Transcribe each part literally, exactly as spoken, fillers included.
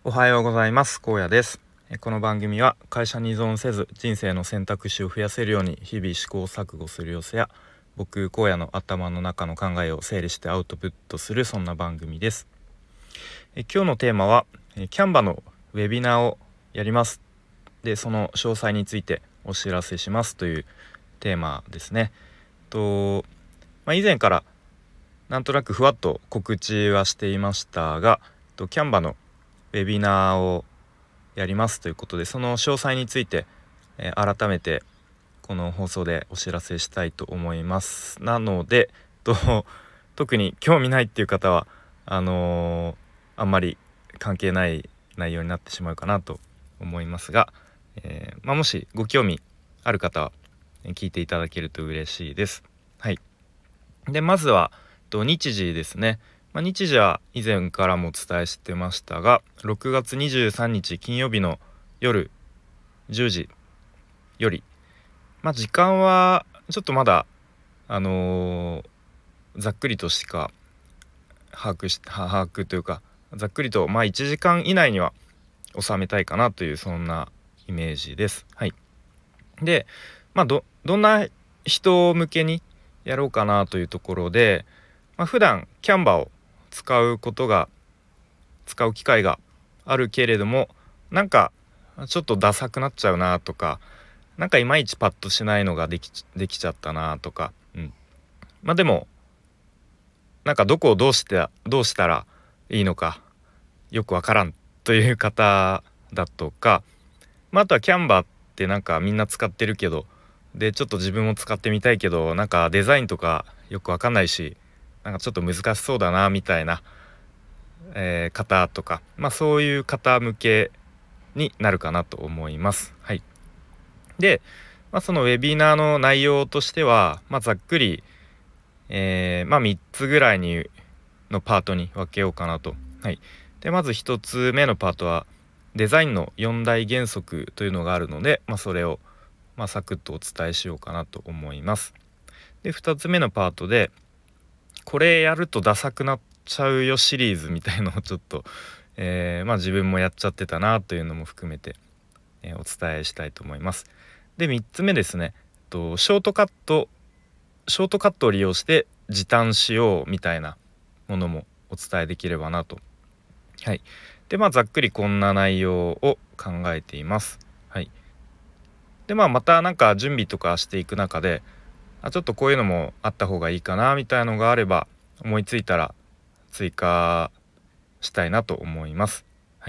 おはようございます。荒野です。この番組は会社に依存せず人生の選択肢を増やせるように日々試行錯誤する様子や僕荒野の頭の中の考えを整理してアウトプットするそんな番組です。え今日のテーマはキャンバのウェビナーをやりますでその詳細についてお知らせしますというテーマですね。と、まあ、以前からなんとなくふわっと告知はしていましたがとキャンバのウェビナーをやりますということでその詳細について、えー、改めてこの放送でお知らせしたいと思います。なのでと特に興味ないっていう方はあのー、あんまり関係ない内容になってしまうかなと思いますが、えーまあ、もしご興味ある方は聞いていただけると嬉しいです。はい。でまずはと日時ですね。まあ、日時は以前からもお伝えしてましたがろくがつにじゅうさんにち金曜日の夜じゅうじより、まあ、時間はちょっとまだあのー、ざっくりとしか把握し把握というかざっくりとまあいちじかん以内には収めたいかなというそんなイメージです。はい。で、まあ、どどんな人向けにやろうかなというところで、まあ、普段キャンバを使うことが使う機会があるけれどもなんかちょっとダサくなっちゃうなとかなんかいまいちパッとしないのができできちゃったなとか、うん、まあでもなんかどこをどうしてどうしたらいいのかよくわからんという方だとか、まあ、あとはキャンバってなんかみんな使ってるけどでちょっと自分も使ってみたいけどなんかデザインとかよくわかんないしなんかちょっと難しそうだなみたいな、えー方とか、まあ、そういう方向けになるかなと思います。はい。で、まあ、そのウェビナーの内容としては、まあ、ざっくり、えーまあ、みっつぐらいにのパートに分けようかなと。はい。でまずひとつめのパートはデザインのよん大原則というのがあるので、まあ、それを、まあ、サクッとお伝えしようかなと思います。でふたつめのパートでこれやるとダサくなっちゃうよシリーズみたいのをちょっと、えーまあ、自分もやっちゃってたなというのも含めて、えーお伝えしたいと思います。でみっつめですね、とショートカットショートカットを利用して時短しようみたいなものもお伝えできればなと。はい。でまあざっくりこんな内容を考えています。はい。でまあまたなんか準備とかしていく中であちょっとこういうのもあった方がいいかなみたいのがあれば思いついたら追加したいなと思います。はい。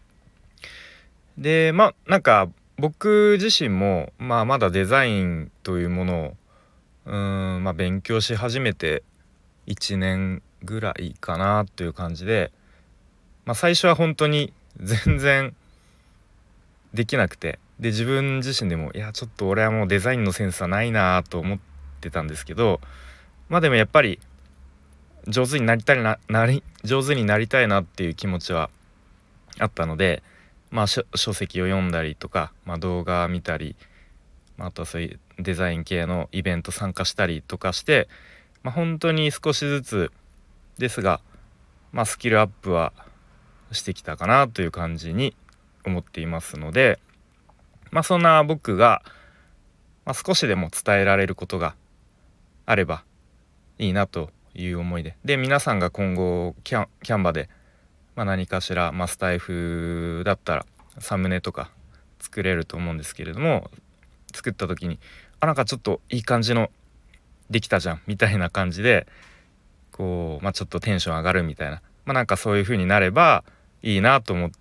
でまあなんか僕自身も、まあ、まだデザインというものをうーん、まあ、勉強し始めていちねんぐらいかなという感じで、まあ、最初は本当に全然できなくてで自分自身でもいやちょっと俺はもうデザインのセンスはないなと思ってたんですけど、まあでもやっぱり上手になりたいな、なり上手になりたいなっていう気持ちはあったので、まあ書籍を読んだりとか、まあ、動画見たり、まあ、あとはそういうデザイン系のイベント参加したりとかして、まあ、本当に少しずつですが、まあ、スキルアップはしてきたかなという感じに思っていますので、まあ、そんな僕が、まあ、少しでも伝えられることがあればいいなという思いでで皆さんが今後キャン、キャンバで、まあ、何かしら、まあ、スタイフだったらサムネとか作れると思うんですけれども作った時にあなんかちょっといい感じのできたじゃんみたいな感じでこう、まあ、ちょっとテンション上がるみたいな、まあ、なんかそういう風になればいいなと思って、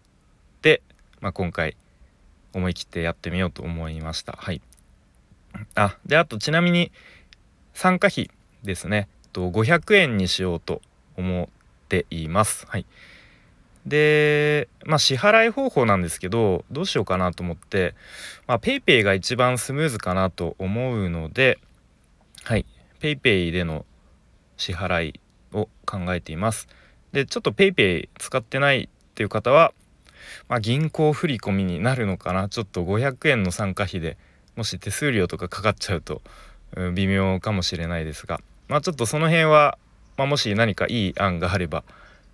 まあ、今回思い切ってやってみようと思いました。はい。あであとちなみに参加費ですねとごひゃくえんにしようと思っています。はい。でまあ支払い方法なんですけどどうしようかなと思って、まあ、ペイペイが一番スムーズかなと思うので、はい、ペイペイでの支払いを考えています。でちょっとペイペイ使ってないっていう方は、まあ、銀行振込になるのかな。ちょっとごひゃくえんの参加費でもし手数料とかかかっちゃうと、うん、微妙かもしれないですが、まあ、ちょっとその辺は、まあ、もし何かいい案があれば、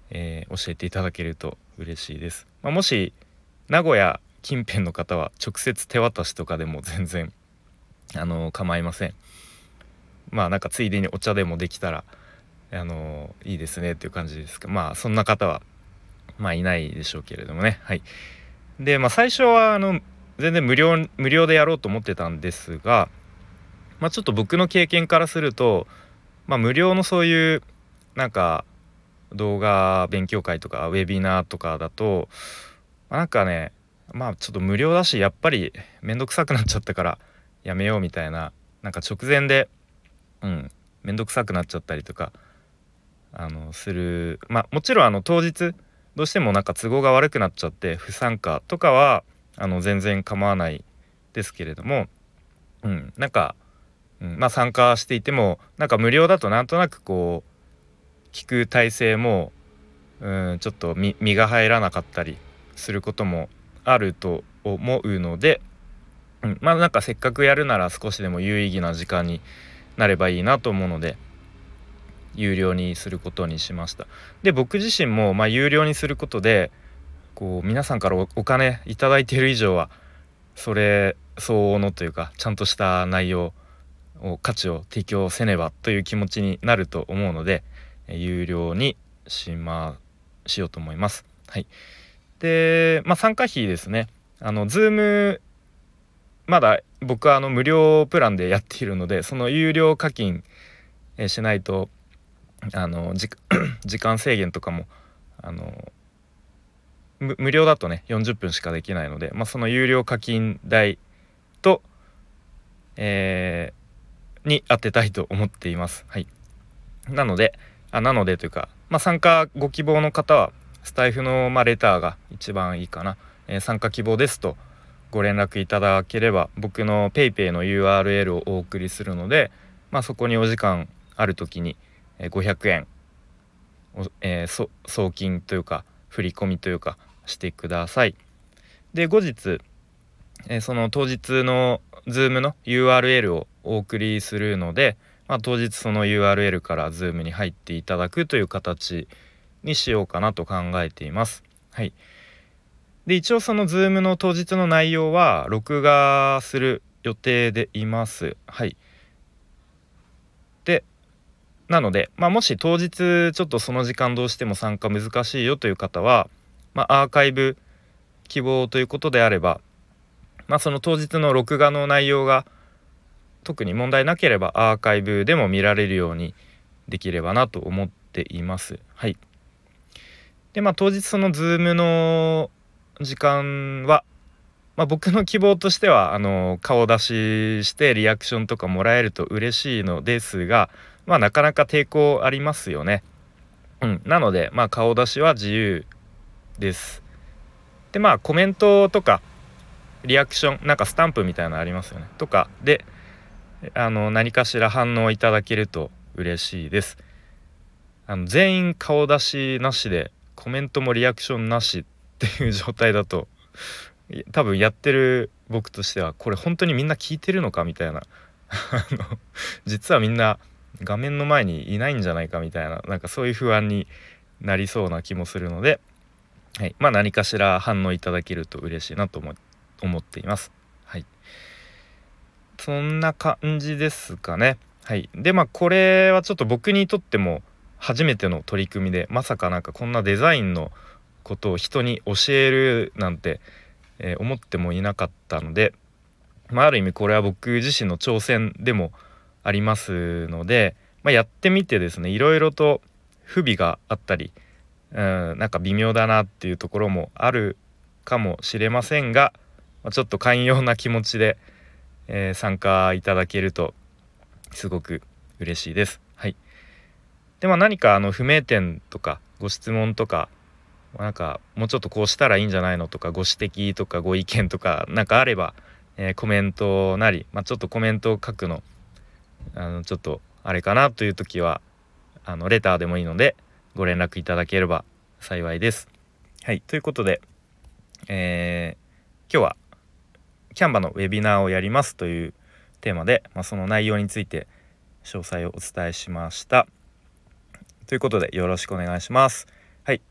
えー、教えていただけると嬉しいです。まあ、もし名古屋近辺の方は直接手渡しとかでも全然あの構いません。まあなんかついでにお茶でもできたらあのいいですねっていう感じですが、まあそんな方はまあいないでしょうけれどもね。はい。で、まあ最初はあの全然無料無料でやろうと思ってたんですが、まあちょっと僕の経験からすると、まあ無料のそういうなんか動画勉強会とかウェビナーとかだと、まあなんかね、まあちょっと無料だしやっぱりめんどくさくなっちゃったからやめようみたいな、なんか直前でうんめんどくさくなっちゃったりとかあのする。まあもちろんあの当日どうしてもなんか都合が悪くなっちゃって不参加とかはあの全然構わないですけれども、うん、なんか、うん、まあ参加していてもなんか無料だとなんとなくこう聞く体制も、うん、ちょっと身身が入らなかったりすることもあると思うので、うん、まあなんかせっかくやるなら少しでも有意義な時間になればいいなと思うので有料にすることにしました。で僕自身もまあ有料にすることでこう皆さんから お, お金いただいている以上はそれ相応のというかちゃんとした内容を価値を提供せねばという気持ちになると思うので有料にしましようと思います。はい。で、まあ、参加費ですね。あの Zoom まだ僕はあの無料プランでやっているのでその有料課金しないとあの時時間制限とかもあの無料だとねよんじゅっぷんしかできないので、まあ、その有料課金代と、えー、に当てたいと思っています。はい。なのであなのでというか、まあ、参加ご希望の方はスタイフの、まあ、レターが一番いいかな、えー、参加希望ですとご連絡いただければ僕の PayPay の ユーアールエル をお送りするので、まあ、そこにお時間ある時にごひゃくえん、えー、送金というか振り込みというかしてください。で後日、えー、その当日の Zoom の ユーアールエル をお送りするので、まあ、当日その ユーアールエル から Zoom に入っていただくという形にしようかなと考えています。はい。で一応その Zoom の当日の内容は録画する予定でいます。はい。でなので、まあ、もし当日ちょっとその時間どうしても参加難しいよという方は、まあ、アーカイブ希望ということであれば、まあ、その当日の録画の内容が特に問題なければアーカイブでも見られるようにできればなと思っています。はい。でまあ当日その Zoom の時間は、まあ、僕の希望としてはあの顔出ししてリアクションとかもらえると嬉しいのですが、まあなかなか抵抗ありますよね。うん、なのでまあ顔出しは自由です。でまあコメントとかリアクションなんかスタンプみたいなのありますよねとかであの何かしら反応いただけると嬉しいです。あの全員顔出しなしでコメントもリアクションなしっていう状態だと多分やってる僕としてはこれ本当にみんな聞いてるのかみたいなあの実はみんな画面の前にいないんじゃないかみたいななんかそういう不安になりそうな気もするので、はい、まあ何かしら反応いただけると嬉しいなと思思っています。はい。そんな感じですかね。はい。でまあこれはちょっと僕にとっても初めての取り組みでまさかなんかこんなデザインのことを人に教えるなんて、えー思ってもいなかったので、まあ、ある意味これは僕自身の挑戦でもありますので、まあ、やってみてですねいろいろと不備があったり、うん、なんか微妙だなっていうところもあるかもしれませんが、まあ、ちょっと寛容な気持ちで、えー参加いただけるとすごく嬉しいです。はい。でまあ何かあの不明点とかご質問とかなんかもうちょっとこうしたらいいんじゃないのとかご指摘とかご意見とかなんかあれば、えーコメントなり、まあ、ちょっとコメントを書くのあのちょっとあれかなという時はあのレターでもいいのでご連絡いただければ幸いです。はい。ということで、えー今日はキャンバのウェビナーをやりますというテーマで、まあ、その内容について詳細をお伝えしました。ということでよろしくお願いします。はい。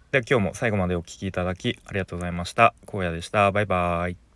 では今日も最後までお聞きいただきありがとうございました。荒野でした。バイバイ。